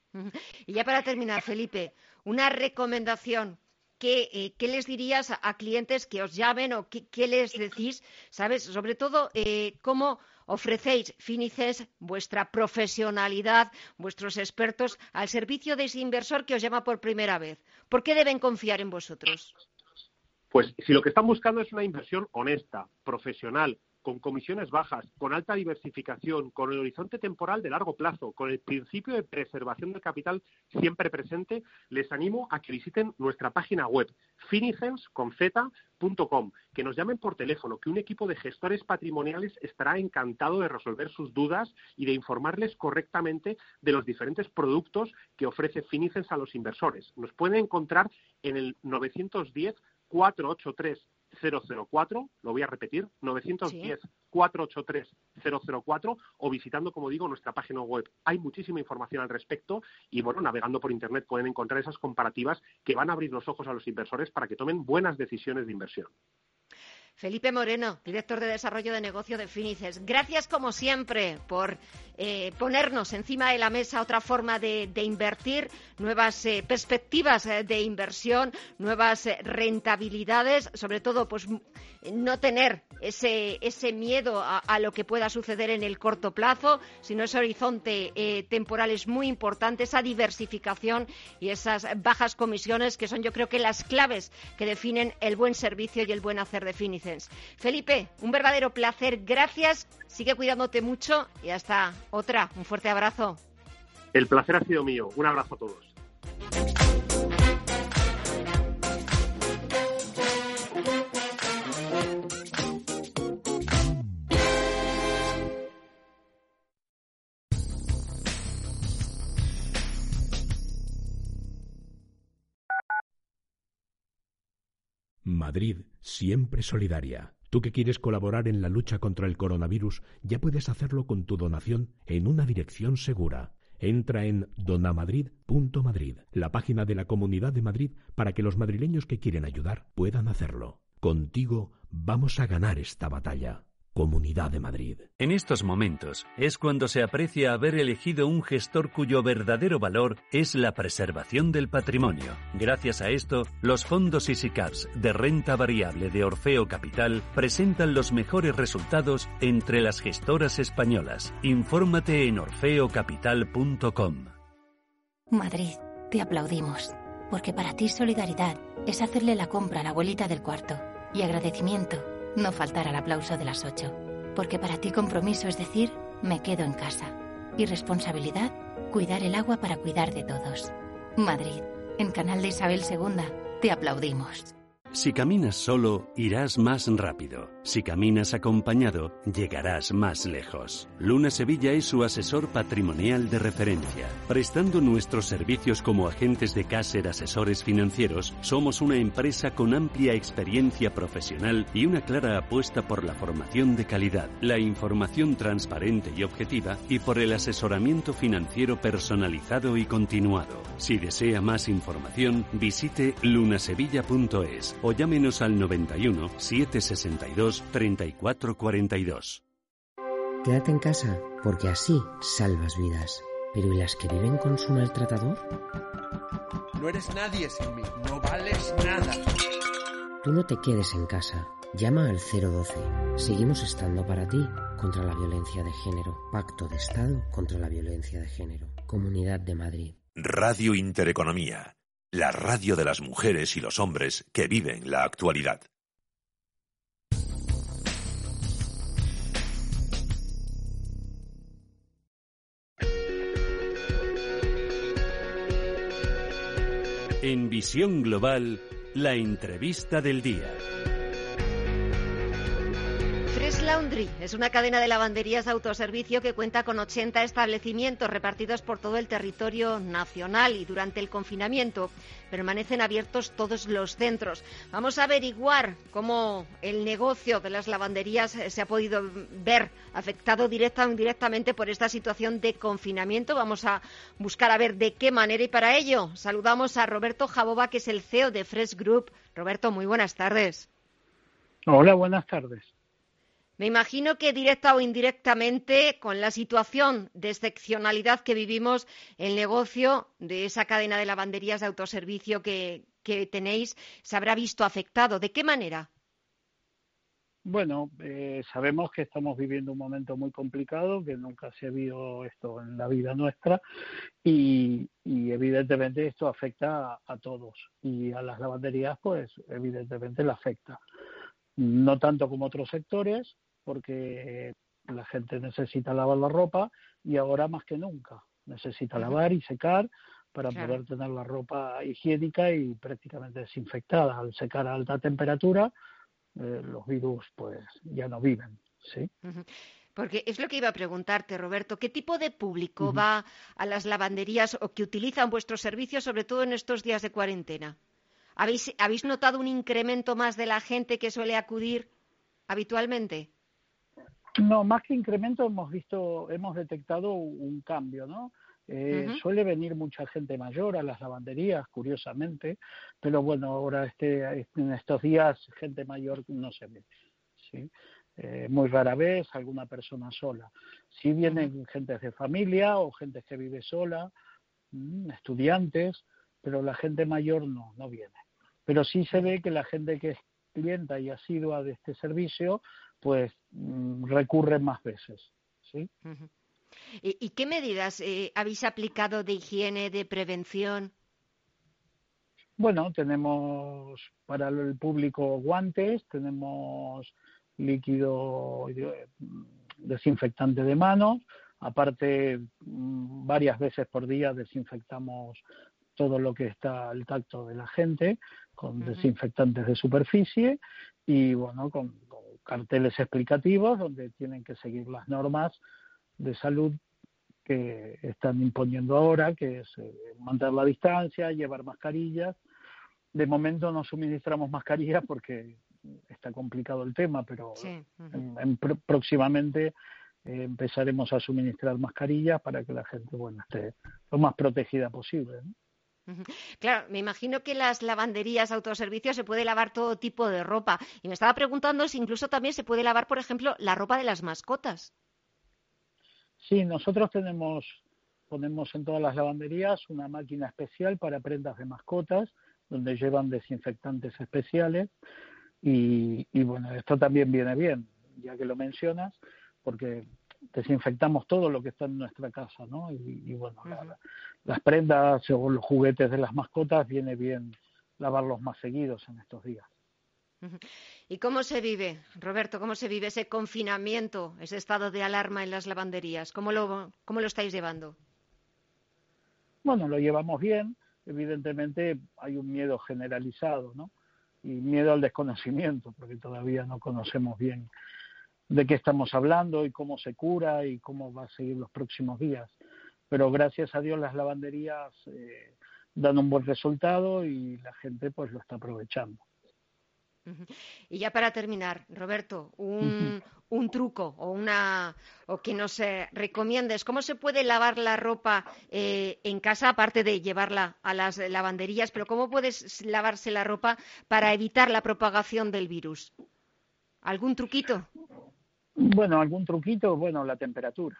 Y ya para terminar, Felipe, una recomendación. ¿Qué, eh, ¿Qué les dirías a, a clientes que os llamen o qué, qué les decís? ¿Sabes? Sobre todo, eh, ¿cómo ofrecéis Finicens vuestra profesionalidad, vuestros expertos al servicio de ese inversor que os llama por primera vez? ¿Por qué deben confiar en vosotros? Pues si lo que están buscando es una inversión honesta, profesional, con comisiones bajas, con alta diversificación, con el horizonte temporal de largo plazo, con el principio de preservación del capital siempre presente, les animo a que visiten nuestra página web, finicens punto com, que nos llamen por teléfono, que un equipo de gestores patrimoniales estará encantado de resolver sus dudas y de informarles correctamente de los diferentes productos que ofrece Finicens a los inversores. Nos pueden encontrar en el nueve uno cero, cuatro ocho tres, cero cero cuatro, lo voy a repetir, nueve uno cero, cuatro ocho tres, cero cero cuatro o visitando, como digo, nuestra página web. Hay muchísima información al respecto y, bueno, navegando por Internet pueden encontrar esas comparativas que van a abrir los ojos a los inversores para que tomen buenas decisiones de inversión. Felipe Moreno, director de Desarrollo de Negocio de Finicens. Gracias, como siempre, por eh, ponernos encima de la mesa otra forma de, de invertir, nuevas eh, perspectivas eh, de inversión, nuevas eh, rentabilidades, sobre todo, pues no tener ese, ese miedo a, a lo que pueda suceder en el corto plazo, sino ese horizonte eh, temporal es muy importante, esa diversificación y esas bajas comisiones que son, yo creo, que las claves que definen el buen servicio y el buen hacer de Finicens. Felipe, un verdadero placer, gracias, sigue cuidándote mucho y hasta otra, un fuerte abrazo. El placer ha sido mío, un abrazo a todos. Madrid, siempre solidaria. Tú que quieres colaborar en la lucha contra el coronavirus, ya puedes hacerlo con tu donación en una dirección segura. Entra en donamadrid punto madrid, la página de la Comunidad de Madrid, para que los madrileños que quieren ayudar puedan hacerlo. Contigo vamos a ganar esta batalla. Comunidad de Madrid. En estos momentos es cuando se aprecia haber elegido un gestor cuyo verdadero valor es la preservación del patrimonio. Gracias a esto, los fondos EasyCaps de renta variable de Orfeo Capital presentan los mejores resultados entre las gestoras españolas. Infórmate en orfeo capital punto com. Madrid, te aplaudimos, porque para ti solidaridad es hacerle la compra a la abuelita del cuarto y agradecimiento no faltar al aplauso de las ocho, porque para ti compromiso es decir, me quedo en casa, y responsabilidad, cuidar el agua para cuidar de todos. Madrid, en Canal de Isabel segunda, te aplaudimos. Si caminas solo, irás más rápido. Si caminas acompañado, llegarás más lejos. Luna Sevilla es su asesor patrimonial de referencia. Prestando nuestros servicios como agentes de Caser Asesores Financieros, somos una empresa con amplia experiencia profesional y una clara apuesta por la formación de calidad, la información transparente y objetiva y por el asesoramiento financiero personalizado y continuado. Si desea más información, visite lunasevilla punto es o llámenos al noventa y uno, setecientos sesenta y dos, treinta y cuatro cuarenta y dos. Quédate en casa, porque así salvas vidas. ¿Pero y las que viven con su maltratador? No eres nadie sin mí, no vales nada. Tú no te quedes en casa. Llama al cero doce. Seguimos estando para ti contra la violencia de género. Pacto de Estado contra la violencia de género. Comunidad de Madrid. Radio Intereconomía. La radio de las mujeres y los hombres que viven la actualidad. En Visión Global, la entrevista del día. Fresh Laundry es una cadena de lavanderías de autoservicio que cuenta con ochenta establecimientos repartidos por todo el territorio nacional y durante el confinamiento permanecen abiertos todos los centros. Vamos a averiguar cómo el negocio de las lavanderías se ha podido ver afectado directa o indirectamente por esta situación de confinamiento. Vamos a buscar a ver de qué manera y para ello saludamos a Roberto Jaboba, que es el C E O de Fresh Group. Roberto, muy buenas tardes. Hola, buenas tardes. Me imagino que directa o indirectamente, con la situación de excepcionalidad que vivimos, el negocio de esa cadena de lavanderías de autoservicio que, que tenéis se habrá visto afectado. ¿De qué manera? Bueno, eh, sabemos que estamos viviendo un momento muy complicado, que nunca se vio esto en la vida nuestra y, y evidentemente esto afecta a, a todos y a las lavanderías pues evidentemente le afecta. No tanto como otros sectores, porque la gente necesita lavar la ropa y ahora más que nunca necesita lavar y secar para claro. poder tener la ropa higiénica y prácticamente desinfectada. Al secar a alta temperatura, eh, los virus pues ya no viven, ¿sí? Uh-huh. Porque es lo que iba a preguntarte, Roberto, ¿qué tipo de público uh-huh. va a las lavanderías o que utilizan vuestros servicios, sobre todo en estos días de cuarentena? ¿Habéis, ¿Habéis notado un incremento más de la gente que suele acudir habitualmente? No, más que incremento hemos visto, hemos detectado un cambio, ¿no? Eh, uh-huh. Suele venir mucha gente mayor a las lavanderías, curiosamente, pero bueno, ahora este, en estos días gente mayor no se ve, ¿sí? Eh, muy rara vez alguna persona sola. Sí vienen uh-huh. gentes de familia o gente que vive sola, estudiantes, pero la gente mayor no, no viene. Pero sí se ve que la gente que es clienta y asidua de este servicio, pues mm, recurre más veces, ¿sí? Uh-huh. ¿Y, ¿Y qué medidas eh, habéis aplicado de higiene, de prevención? Bueno, tenemos para el público guantes, tenemos líquido desinfectante de manos, aparte varias veces por día desinfectamos todo lo que está al tacto de la gente con uh-huh. desinfectantes de superficie y bueno, con, con carteles explicativos donde tienen que seguir las normas de salud que están imponiendo ahora, que es eh, mantener la distancia, llevar mascarillas. De momento no suministramos mascarillas porque está complicado el tema, pero sí. uh-huh. en, en, pr- próximamente eh, empezaremos a suministrar mascarillas para que la gente bueno esté lo más protegida posible, ¿no? Claro, me imagino que las lavanderías autoservicio se puede lavar todo tipo de ropa. Y me estaba preguntando si incluso también se puede lavar, por ejemplo, la ropa de las mascotas. Sí, nosotros tenemos, ponemos en todas las lavanderías una máquina especial para prendas de mascotas, donde llevan desinfectantes especiales. Y, y bueno, esto también viene bien, ya que lo mencionas, porque desinfectamos todo lo que está en nuestra casa, ¿no? Y, y bueno, uh-huh. la, las prendas o los juguetes de las mascotas viene bien lavarlos más seguidos en estos días. Uh-huh. ¿Y cómo se vive, Roberto, cómo se vive ese confinamiento, ese estado de alarma en las lavanderías? ¿Cómo lo, cómo lo estáis llevando? Bueno, lo llevamos bien. Evidentemente hay un miedo generalizado, ¿no? Y miedo al desconocimiento, porque todavía no conocemos bien de qué estamos hablando y cómo se cura y cómo va a seguir los próximos días. Pero gracias a Dios las lavanderías eh, dan un buen resultado y la gente pues lo está aprovechando. Y ya para terminar, Roberto, un, un truco o una o que nos eh, recomiendes, ¿cómo se puede lavar la ropa eh, en casa, aparte de llevarla a las lavanderías, pero cómo puedes lavarse la ropa para evitar la propagación del virus? ¿Algún truquito? Bueno, algún truquito, bueno, la temperatura.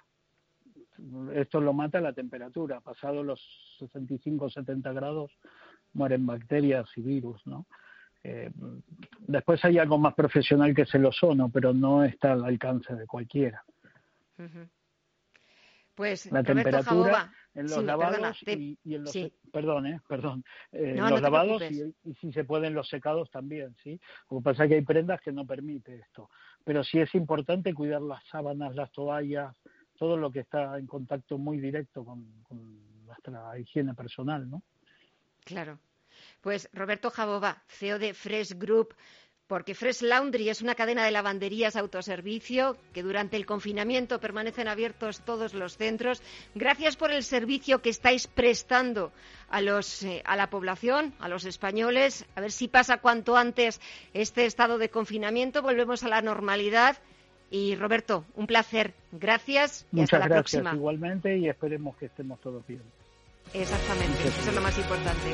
Esto lo mata la temperatura. Pasado los sesenta y cinco, setenta grados mueren bacterias y virus, ¿no? Eh, después hay algo más profesional que es el ozono, pero no está al alcance de cualquiera. Uh-huh. Pues la Roberto temperatura Jaboba, en los sí, lavados perdona, te... y, y en los sí. perdón, eh, perdón, eh, no, los no lavados y, y si se pueden los secados también, sí. Lo que pasa es que hay prendas que no permite esto, pero sí es importante cuidar las sábanas, las toallas, todo lo que está en contacto muy directo con, con nuestra higiene personal, ¿no? Claro. Pues Roberto Jaboba, C E O de Fresh Group, porque Fresh Laundry es una cadena de lavanderías autoservicio que durante el confinamiento permanecen abiertos todos los centros. Gracias por el servicio que estáis prestando a los eh, a la población, a los españoles. A ver si pasa cuanto antes este estado de confinamiento, volvemos a la normalidad. Y Roberto, un placer. Gracias y Muchas hasta la gracias, próxima. Igualmente, y esperemos que estemos todos bien. Exactamente, Muchas eso gracias. es lo más importante.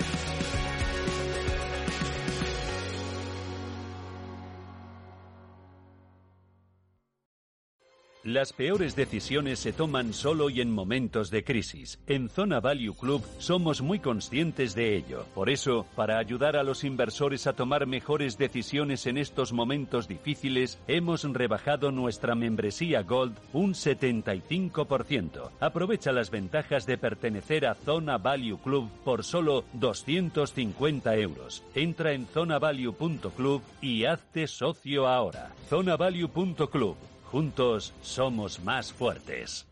Las peores decisiones se toman solo y en momentos de crisis. En Zona Value Club somos muy conscientes de ello. Por eso, para ayudar a los inversores a tomar mejores decisiones en estos momentos difíciles, hemos rebajado nuestra membresía Gold un setenta y cinco por ciento. Aprovecha las ventajas de pertenecer a Zona Value Club por solo doscientos cincuenta euros. Entra en zona value punto club y hazte socio ahora. zona value punto club. Juntos somos más fuertes.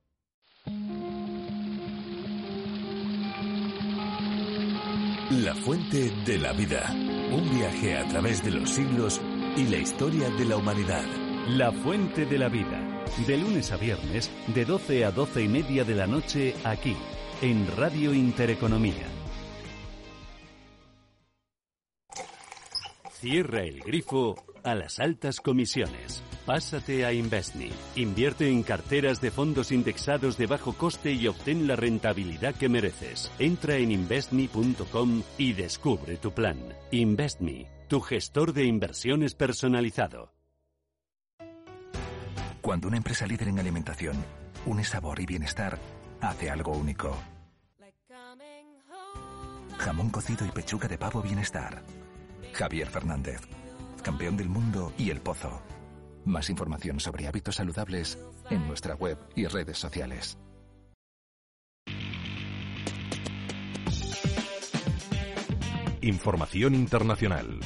La fuente de la vida. Un viaje a través de los siglos y la historia de la humanidad. La fuente de la vida. De lunes a viernes, de doce a doce y media de la noche, aquí, en Radio Intereconomía. Cierra el grifo a las altas comisiones. Pásate a Investme. Invierte en carteras de fondos indexados de bajo coste y obtén la rentabilidad que mereces. Entra en investme punto com y descubre tu plan. Investme, tu gestor de inversiones personalizado. Cuando una empresa líder en alimentación une sabor y bienestar, hace algo único. Jamón cocido y pechuga de pavo Bienestar. Javier Fernández, campeón del mundo y El Pozo. Más información sobre hábitos saludables en nuestra web y redes sociales. Información internacional.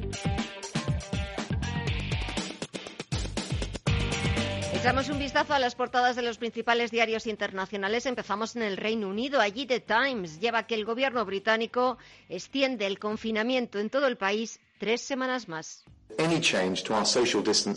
Echamos un vistazo a las portadas de los principales diarios internacionales. Empezamos en el Reino Unido. Allí The Times lleva que el gobierno británico extiende el confinamiento en todo el país tres semanas más. Any change to our social distance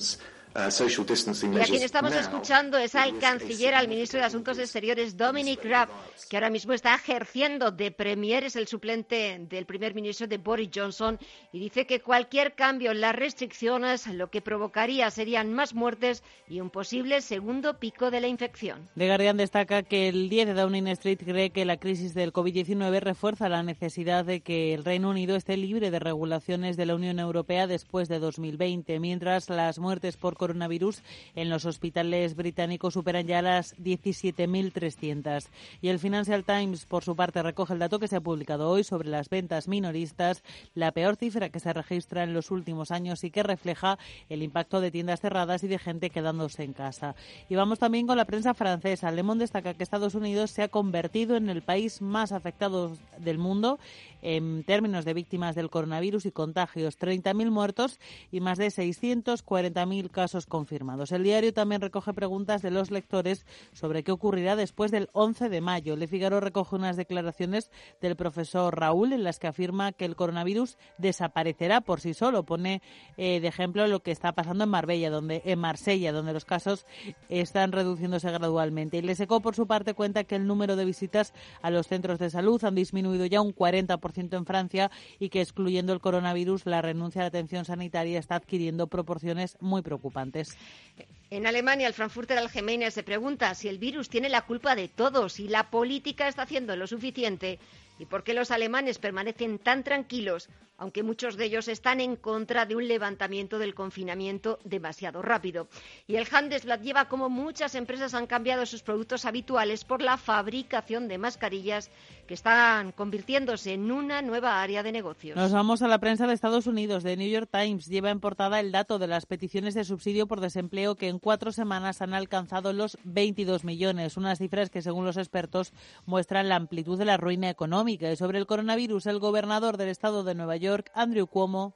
Y a quien estamos escuchando es al canciller, al ministro de Asuntos Exteriores, Dominic Raab, que ahora mismo está ejerciendo de premier, es el suplente del primer ministro de Boris Johnson, y dice que cualquier cambio en las restricciones lo que provocaría serían más muertes y un posible segundo pico de la infección. The Guardian destaca que el diez de Downing Street cree que la crisis del covid diecinueve refuerza la necesidad de que el Reino Unido esté libre de regulaciones de la Unión Europea después de dos mil veinte, mientras las muertes por coronavirus en los hospitales británicos superan ya las diecisiete mil trescientas. Y el Financial Times, por su parte, recoge el dato que se ha publicado hoy sobre las ventas minoristas, la peor cifra que se registra en los últimos años y que refleja el impacto de tiendas cerradas y de gente quedándose en casa. Y vamos también con la prensa francesa. Le Monde destaca que Estados Unidos se ha convertido en el país más afectado del mundo en términos de víctimas del coronavirus y contagios, treinta mil muertos y más de seiscientos cuarenta mil casos confirmados. El diario también recoge preguntas de los lectores sobre qué ocurrirá después del once de mayo. Le Figaro recoge unas declaraciones del profesor Raúl en las que afirma que el coronavirus desaparecerá por sí solo. Pone eh, de ejemplo lo que está pasando en Marbella, donde en Marsella, donde los casos están reduciéndose gradualmente. Y Les Eco, por su parte, cuenta que el número de visitas a los centros de salud han disminuido ya un cuarenta por ciento en Francia y que, excluyendo el coronavirus, la renuncia a la atención sanitaria está adquiriendo proporciones muy preocupantes. En Alemania, el Frankfurter Allgemeine se pregunta si el virus tiene la culpa de todo, si la política está haciendo lo suficiente y por qué los alemanes permanecen tan tranquilos, aunque muchos de ellos están en contra de un levantamiento del confinamiento demasiado rápido. Y el Handelsblatt lleva como muchas empresas han cambiado sus productos habituales por la fabricación de mascarillas que están convirtiéndose en una nueva área de negocios. Nos vamos a la prensa de Estados Unidos. The New York Times lleva en portada el dato de las peticiones de subsidio por desempleo que en cuatro semanas han alcanzado los veintidós millones, unas cifras que, según los expertos, muestran la amplitud de la ruina económica. Y sobre el coronavirus, el gobernador del estado de Nueva York, Andrew Cuomo,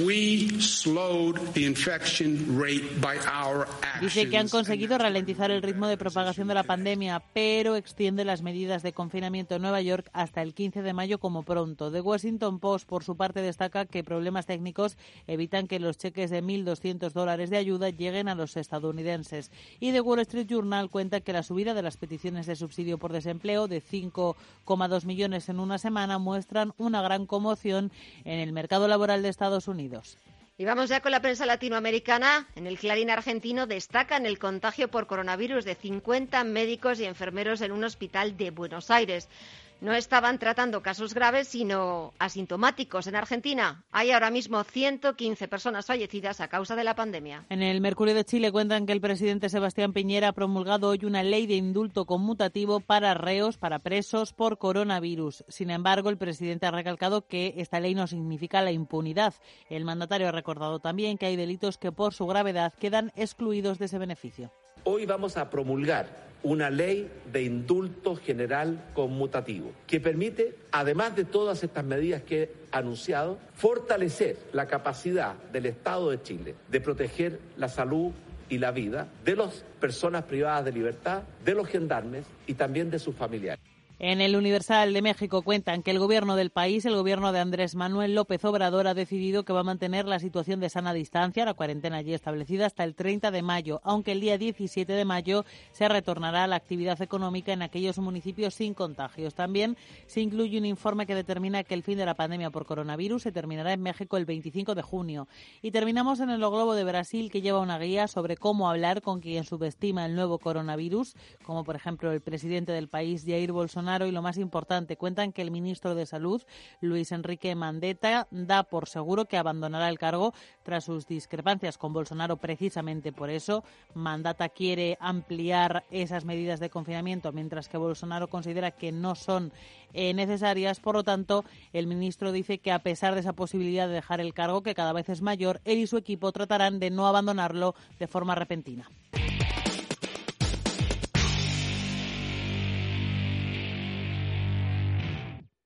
dice que han conseguido ralentizar el ritmo de propagación de la pandemia, pero extiende las medidas de confinamiento en Nueva York hasta el quince de mayo como pronto. The Washington Post, por su parte, destaca que problemas técnicos evitan que los cheques de mil doscientos dólares de ayuda lleguen a los estadounidenses. Y The Wall Street Journal cuenta que la subida de las peticiones de subsidio por desempleo de cinco coma dos millones en una semana muestran una gran conmoción en el mercado laboral de Estados Unidos. Y vamos ya con la prensa latinoamericana. En el Clarín argentino destacan el contagio por coronavirus de cincuenta médicos y enfermeros en un hospital de Buenos Aires. No estaban tratando casos graves, sino asintomáticos. En Argentina hay ahora mismo ciento quince personas fallecidas a causa de la pandemia. En el Mercurio de Chile cuentan que el presidente Sebastián Piñera ha promulgado hoy una ley de indulto conmutativo para reos, para presos por coronavirus. Sin embargo, el presidente ha recalcado que esta ley no significa la impunidad. El mandatario ha recordado también que hay delitos que por su gravedad quedan excluidos de ese beneficio. Hoy vamos a promulgar una ley de indulto general conmutativo que permite, además de todas estas medidas que he anunciado, fortalecer la capacidad del Estado de Chile de proteger la salud y la vida de las personas privadas de libertad, de los gendarmes y también de sus familiares. En el Universal de México cuentan que el gobierno del país, el gobierno de Andrés Manuel López Obrador, ha decidido que va a mantener la situación de sana distancia, la cuarentena allí establecida, hasta el treinta de mayo, aunque el día diecisiete de mayo se retornará a la actividad económica en aquellos municipios sin contagios. También se incluye un informe que determina que el fin de la pandemia por coronavirus se terminará en México el veinticinco de junio. Y terminamos en el Globo de Brasil, que lleva una guía sobre cómo hablar con quien subestima el nuevo coronavirus, como por ejemplo el presidente del país, Jair Bolsonaro. Y lo más importante, cuentan que el ministro de Salud, Luis Enrique Mandetta, da por seguro que abandonará el cargo tras sus discrepancias con Bolsonaro. Precisamente por eso, Mandetta quiere ampliar esas medidas de confinamiento, mientras que Bolsonaro considera que no son eh, necesarias. Por lo tanto, el ministro dice que a pesar de esa posibilidad de dejar el cargo, que cada vez es mayor, él y su equipo tratarán de no abandonarlo de forma repentina.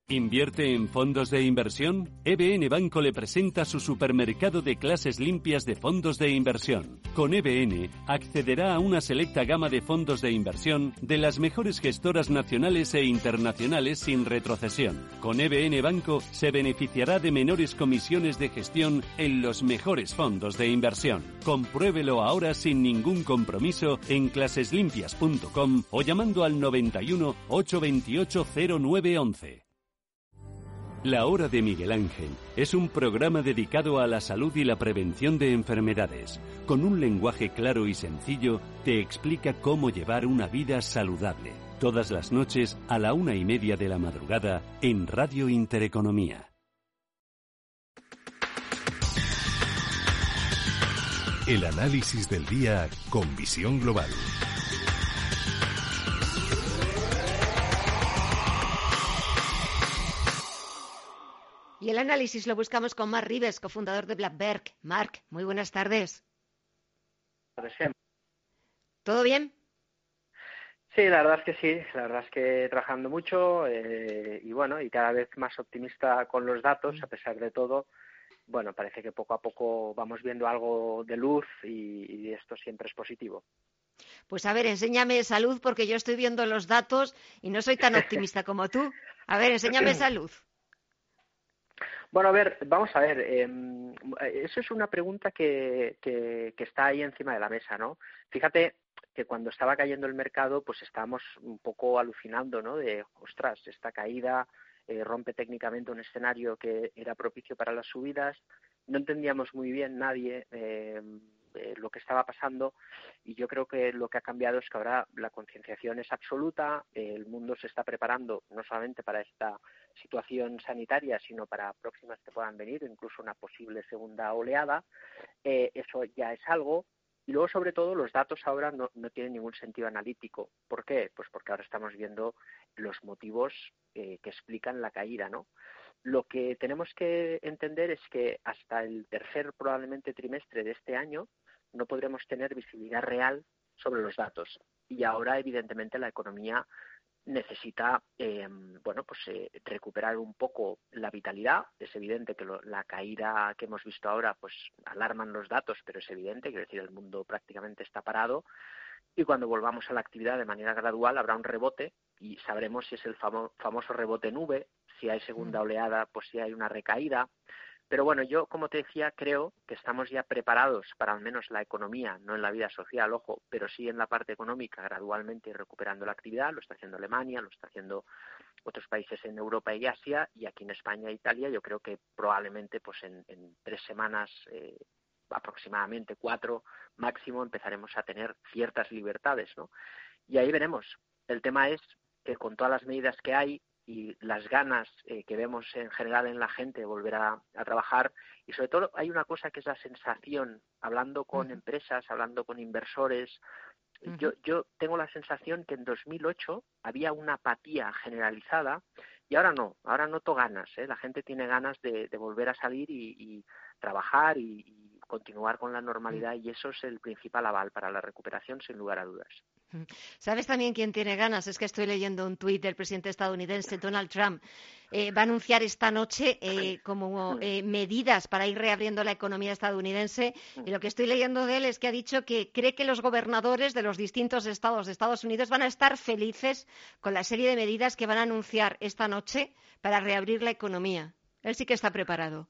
¿Invierte en fondos de inversión? E B N Banco le presenta su supermercado de clases limpias de fondos de inversión. Con E B N accederá a una selecta gama de fondos de inversión de las mejores gestoras nacionales e internacionales sin retrocesión. Con E B N Banco se beneficiará de menores comisiones de gestión en los mejores fondos de inversión. Compruébelo ahora sin ningún compromiso en clases limpias punto com o llamando al noventa y uno, ochocientos veintiocho, cero nueve once. La Hora de Miguel Ángel es un programa dedicado a la salud y la prevención de enfermedades. Con un lenguaje claro y sencillo, te explica cómo llevar una vida saludable. Todas las noches a la una y media de la madrugada en Radio Intereconomía. El análisis del día con visión global. Y el análisis lo buscamos con Marc Ribes, cofundador de Blackberg. Marc, muy buenas tardes. ¿Todo bien? Sí, la verdad es que sí. La verdad es que trabajando mucho eh, y bueno, y cada vez más optimista con los datos, a pesar de todo. Bueno, parece que poco a poco vamos viendo algo de luz y, y esto siempre es positivo. Pues a ver, enséñame salud porque yo estoy viendo los datos y no soy tan optimista como tú. A ver, enséñame salud. Bueno, a ver, vamos a ver, eh, eso es una pregunta que, que, que está ahí encima de la mesa, ¿no? Fíjate que cuando estaba cayendo el mercado, pues estábamos un poco alucinando, ¿no? De, ostras, esta caída eh, rompe técnicamente un escenario que era propicio para las subidas. No entendíamos muy bien nadie eh, eh, lo que estaba pasando y yo creo que lo que ha cambiado es que ahora la concienciación es absoluta, eh, el mundo se está preparando no solamente para esta situación sanitaria, sino para próximas que puedan venir, incluso una posible segunda oleada. Eh, eso ya es algo. Y luego, sobre todo, los datos ahora no, no tienen ningún sentido analítico. ¿Por qué? Pues porque ahora estamos viendo los motivos eh, que explican la caída, ¿no? Lo que tenemos que entender es que hasta el tercer, probablemente, trimestre de este año no podremos tener visibilidad real sobre los datos. Y ahora, evidentemente, la economía necesita eh, bueno pues eh, recuperar un poco la vitalidad. Es evidente que lo, la caída que hemos visto ahora pues alarman los datos, pero es evidente, quiero decir, el mundo prácticamente está parado y cuando volvamos a la actividad de manera gradual habrá un rebote y sabremos si es el famo- famoso rebote nube, si hay segunda oleada, pues si hay una recaída. Pero bueno, yo, como te decía, creo que estamos ya preparados para al menos la economía, no en la vida social, ojo, pero sí en la parte económica, gradualmente ir recuperando la actividad. Lo está haciendo Alemania, lo está haciendo otros países en Europa y Asia, y aquí en España e Italia yo creo que probablemente pues en, en tres semanas, eh, aproximadamente cuatro máximo, empezaremos a tener ciertas libertades, ¿no? Y ahí veremos. El tema es que con todas las medidas que hay, y las ganas eh, que vemos en general en la gente de volver a, a trabajar, y sobre todo hay una cosa que es la sensación, hablando con uh-huh. empresas, hablando con inversores, uh-huh. yo, yo tengo la sensación que en dos mil ocho había una apatía generalizada y ahora no, ahora noto ganas, ¿eh? La gente tiene ganas de, de volver a salir y, y trabajar y, y continuar con la normalidad, uh-huh. y eso es el principal aval para la recuperación, sin lugar a dudas. ¿Sabes también quién tiene ganas? Es que estoy leyendo un tuit del presidente estadounidense, Donald Trump. Eh, va a anunciar esta noche eh, como eh, medidas para ir reabriendo la economía estadounidense. Y lo que estoy leyendo de él es que ha dicho que cree que los gobernadores de los distintos estados de Estados Unidos van a estar felices con la serie de medidas que van a anunciar esta noche para reabrir la economía. Él sí que está preparado.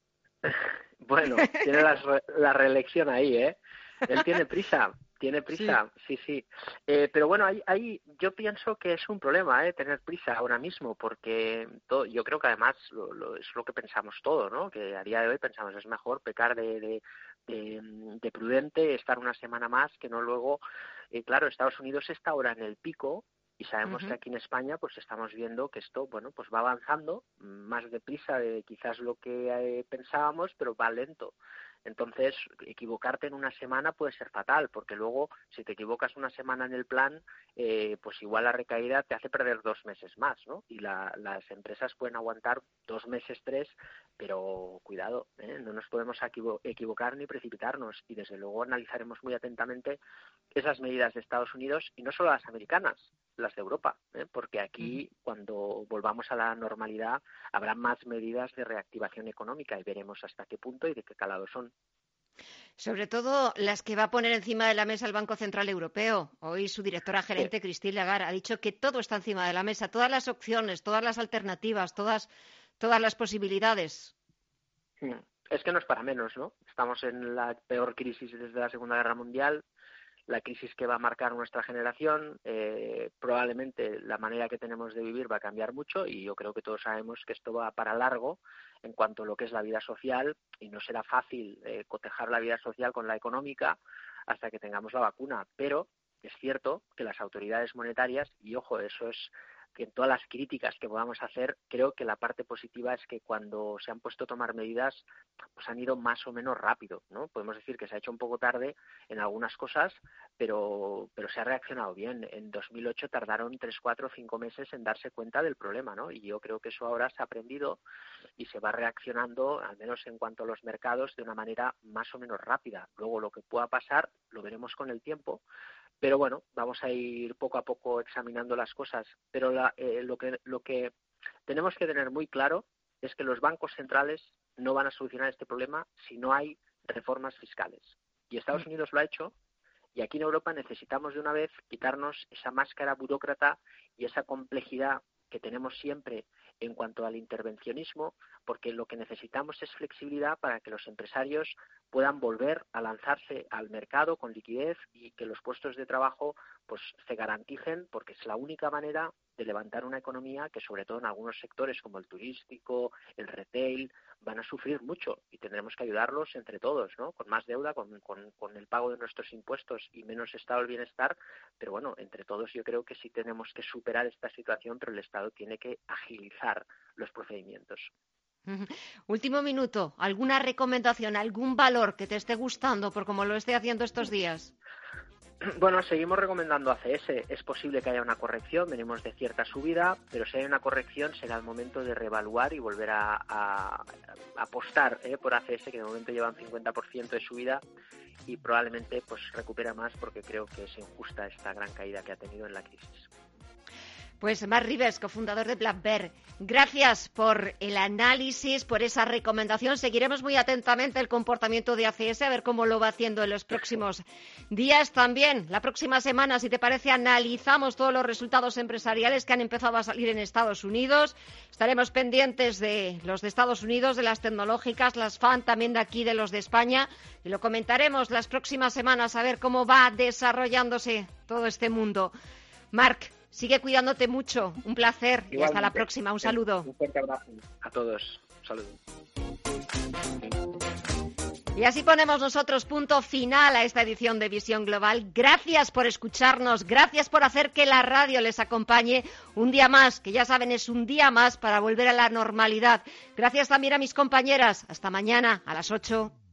Bueno, tiene la, la reelección ahí, ¿eh? Él tiene prisa. Tiene prisa, sí, sí. sí. Eh, pero bueno, ahí, ahí yo pienso que es un problema, ¿eh? Tener prisa ahora mismo, porque todo, yo creo que además lo, lo, es lo que pensamos todo, ¿no? Que a día de hoy pensamos es mejor pecar de, de, de, de prudente, estar una semana más, que no luego. Eh, claro, Estados Unidos está ahora en el pico y sabemos uh-huh. que aquí en España pues estamos viendo que esto, bueno, pues va avanzando más deprisa de quizás lo que eh, pensábamos, pero va lento. Entonces, equivocarte en una semana puede ser fatal, porque luego, si te equivocas una semana en el plan, eh, pues igual la recaída te hace perder dos meses más, ¿no? Y la, las empresas pueden aguantar dos meses, tres, pero cuidado, ¿eh? No nos podemos equivo- equivocar ni precipitarnos. Y desde luego analizaremos muy atentamente esas medidas de Estados Unidos, y no solo las americanas, las de Europa, ¿eh? porque aquí, cuando volvamos a la normalidad, habrá más medidas de reactivación económica y veremos hasta qué punto y de qué calado son. Sobre todo las que va a poner encima de la mesa el Banco Central Europeo. Hoy su directora gerente, sí. Christine Lagarde, ha dicho que todo está encima de la mesa, todas las opciones, todas las alternativas, todas, todas las posibilidades. Es que no es para menos, ¿no? Estamos en la peor crisis desde la Segunda Guerra Mundial, la crisis que va a marcar nuestra generación. Eh, probablemente la manera que tenemos de vivir va a cambiar mucho y yo creo que todos sabemos que esto va para largo en cuanto a lo que es la vida social y no será fácil eh, cotejar la vida social con la económica hasta que tengamos la vacuna. Pero es cierto que las autoridades monetarias, y ojo, eso es que en todas las críticas que podamos hacer, creo que la parte positiva es que cuando se han puesto a tomar medidas, pues han ido más o menos rápido, ¿no? Podemos decir que se ha hecho un poco tarde en algunas cosas, pero pero se ha reaccionado bien. En dos mil ocho tardaron tres, cuatro, cinco meses en darse cuenta del problema, ¿no? Y yo creo que eso ahora se ha aprendido y se va reaccionando, al menos en cuanto a los mercados, de una manera más o menos rápida. Luego lo que pueda pasar lo veremos con el tiempo. Pero bueno, vamos a ir poco a poco examinando las cosas. Pero la, eh, lo que lo que tenemos que tener muy claro es que los bancos centrales no van a solucionar este problema si no hay reformas fiscales. Y Estados Unidos lo ha hecho, y aquí en Europa necesitamos de una vez quitarnos esa máscara burócrata y esa complejidad que tenemos siempre en cuanto al intervencionismo, porque lo que necesitamos es flexibilidad para que los empresarios puedan volver a lanzarse al mercado con liquidez y que los puestos de trabajo pues se garanticen, porque es la única manera de levantar una economía que, sobre todo en algunos sectores como el turístico, el retail, van a sufrir mucho y tendremos que ayudarlos entre todos, ¿no? Con más deuda, con, con, con el pago de nuestros impuestos y menos estado del bienestar, pero bueno, entre todos yo creo que sí tenemos que superar esta situación, pero el Estado tiene que agilizar los procedimientos. Último minuto, ¿alguna recomendación, algún valor que te esté gustando por como lo esté haciendo estos días? Bueno, seguimos recomendando A C S. Es posible que haya una corrección, venimos de cierta subida, pero si hay una corrección será el momento de reevaluar y volver a, a, a apostar ¿eh? por A C S, que de momento lleva un cincuenta por ciento de subida y probablemente pues recupera más porque creo que es injusta esta gran caída que ha tenido en la crisis. Pues Marc Ribes, cofundador de Black Bear, gracias por el análisis, por esa recomendación. Seguiremos muy atentamente el comportamiento de A C S, a ver cómo lo va haciendo en los próximos días. También, la próxima semana, si te parece, analizamos todos los resultados empresariales que han empezado a salir en Estados Unidos. Estaremos pendientes de los de Estados Unidos, de las tecnológicas, las F A N, también de aquí, de los de España. Y lo comentaremos las próximas semanas, a ver cómo va desarrollándose todo este mundo. Marc, sigue cuidándote mucho. Un placer. Igualmente. Y hasta la próxima. Un saludo. Un fuerte abrazo a todos. Un saludo. Y así ponemos nosotros punto final a esta edición de Visión Global. Gracias por escucharnos. Gracias por hacer que la radio les acompañe un día más, que ya saben, es un día más para volver a la normalidad. Gracias también a mis compañeras. Hasta mañana a las ocho.